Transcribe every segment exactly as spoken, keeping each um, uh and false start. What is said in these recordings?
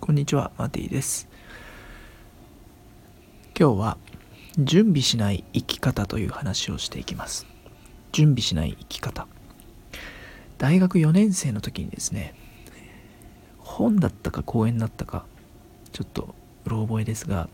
こんにちは、マティです。今日は準備しない生き方という話をしていきます。準備しない生き方。大学よねん生の時にですね、本だったか講演だったかちょっとうろ覚えですが、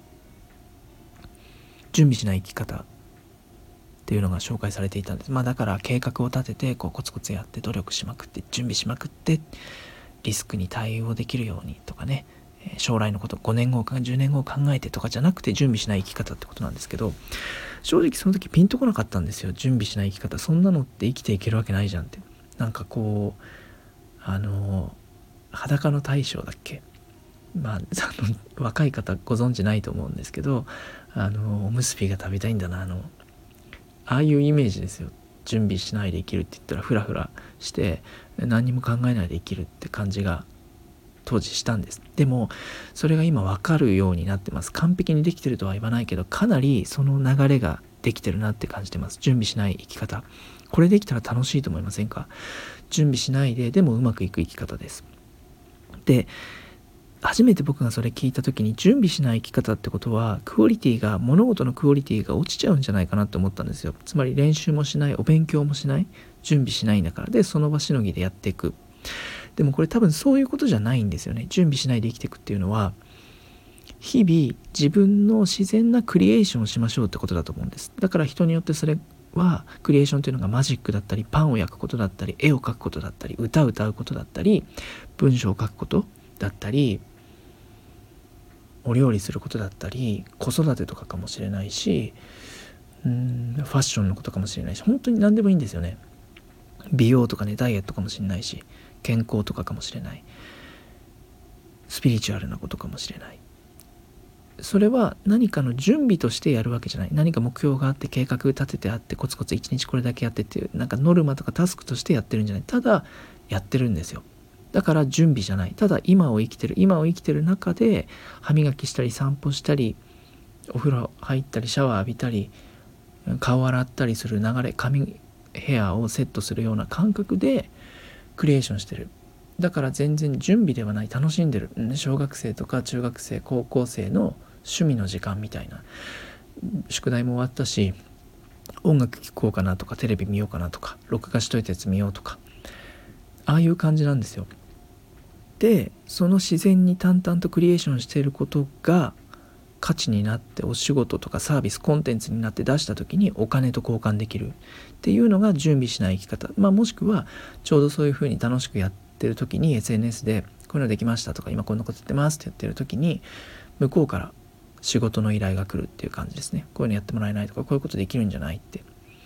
準備しない生き方っていうのが紹介されていたんです。まあだから計画を立ててこうコツコツやって努力しまくって準備しまくってリスクに対応できるようにとかね、将来のことごねんごかじゅうねんごを考えてとかじゃなくて準備しない生き方ってことなんですけど、正直その時ピンとこなかったんですよ。準備しない生き方、そんなのって生きていけるわけないじゃんって。なんかこうあの裸の大将だっけ、まあ、あの若い方ご存知ないと思うんですけど、あのおむすびが食べたいんだな、あのああいうイメージですよ。準備しないで生きるって言ったらフラフラして何にも考えないで生きるって感じが当時したんです。でもそれが今分かるようになってます。完璧にできてるとは言わないけど、かなりその流れができてるなって感じてます。準備しない生き方、これできたら楽しいと思いませんか？準備しないででもうまくいく生き方です。で、初めて僕がそれ聞いた時に、準備しない生き方ってことはクオリティが物事のクオリティが落ちちゃうんじゃないかなって思ったんですよ。つまり練習もしない、お勉強もしない、準備しないんだから、でその場しのぎでやっていく。でもこれ多分そういうことじゃないんですよね。準備しないで生きていくっていうのは、日々自分の自然なクリエーションをしましょうってことだと思うんです。だから人によってそれはクリエーションというのがマジックだったり、パンを焼くことだったり、絵を描くことだったり、歌を歌うことだったり、文章を書くことだったり、お料理することだったり、子育てとかかもしれないし、うーんファッションのことかもしれないし、本当に何でもいいんですよね。美容とかね、ダイエットかもしれないし、健康とかかもしれない、スピリチュアルなことかもしれない。それは何かの準備としてやるわけじゃない。何か目標があって計画立ててあってコツコツ一日これだけやってっていう、なんかノルマとかタスクとしてやってるんじゃない。ただやってるんですよ。だから準備じゃない。ただ今を生きてる今を生きてる中で歯磨きしたり散歩したりお風呂入ったりシャワー浴びたり顔洗ったりする流れ、髪ヘアをセットするような感覚でクリエーションしてる。だから全然準備ではない、楽しんでる。小学生とか中学生高校生の趣味の時間みたいな、宿題も終わったし音楽聴こうかなとか、テレビ見ようかなとか、録画しといたやつ見ようとか、ああいう感じなんですよ。でその自然に淡々とクリエーションしていることが価値になって、お仕事とかサービスコンテンツになって出した時にお金と交換できるっていうのが準備しない生き方。まあもしくはちょうどそういうふうに楽しくやってる時に エスエヌエス でこういうのできましたとか、今こんなことやってますってやってる時に向こうから仕事の依頼が来るっていう感じですね。こういうのやってもらえないとか、こういうことできるんじゃないって。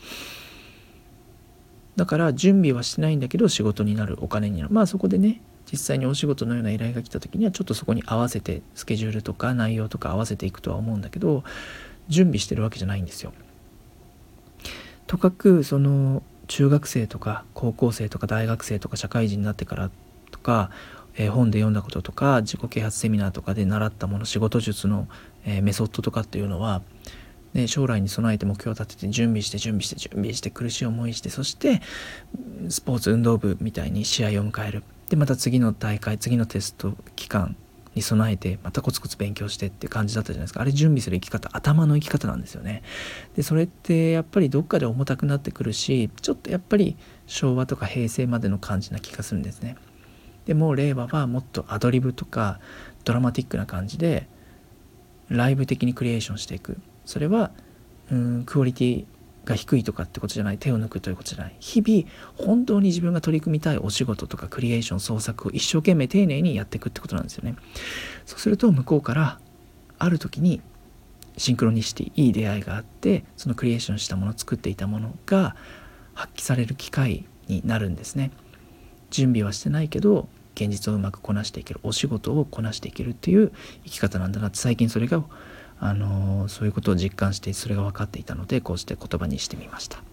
だから準備はしてないんだけど仕事になる、お金になる。まあそこでね、実際にお仕事のような依頼が来た時にはちょっとそこに合わせてスケジュールとか内容とか合わせていくとは思うんだけど、準備してるわけじゃないんですよ。とかくその中学生とか高校生とか大学生とか社会人になってからとか、えー、本で読んだこととか自己啓発セミナーとかで習ったもの、仕事術の、えー、メソッドとかっていうのは、ね、将来に備えて目標を立てて準備して準備して準備して苦しい思いして、そしてスポーツ運動部みたいに試合を迎える。でまた次の大会、次のテスト期間に備えてまたコツコツ勉強してっていう感じだったじゃないですか。あれ準備する生き方、頭の生き方なんですよね。でそれってやっぱりどっかで重たくなってくるし、ちょっとやっぱり昭和とか平成までの感じな気がするんですね。でも令和はもっとアドリブとかドラマティックな感じでライブ的にクリエーションしていく。それはうーんクオリティが低いとかってことじゃない、手を抜くということじゃない。日々本当に自分が取り組みたいお仕事とかクリエーション創作を一生懸命丁寧にやっていくってことなんですよね。そうすると向こうからある時にシンクロニシティ、いい出会いがあって、そのクリエーションしたもの、作っていたものが発揮される機会になるんですね。準備はしてないけど現実をうまくこなしていける、お仕事をこなしていけるっていう生き方なんだなって、最近それがあのー、そういうことを実感して、それが分かっていたので、こうして言葉にしてみました。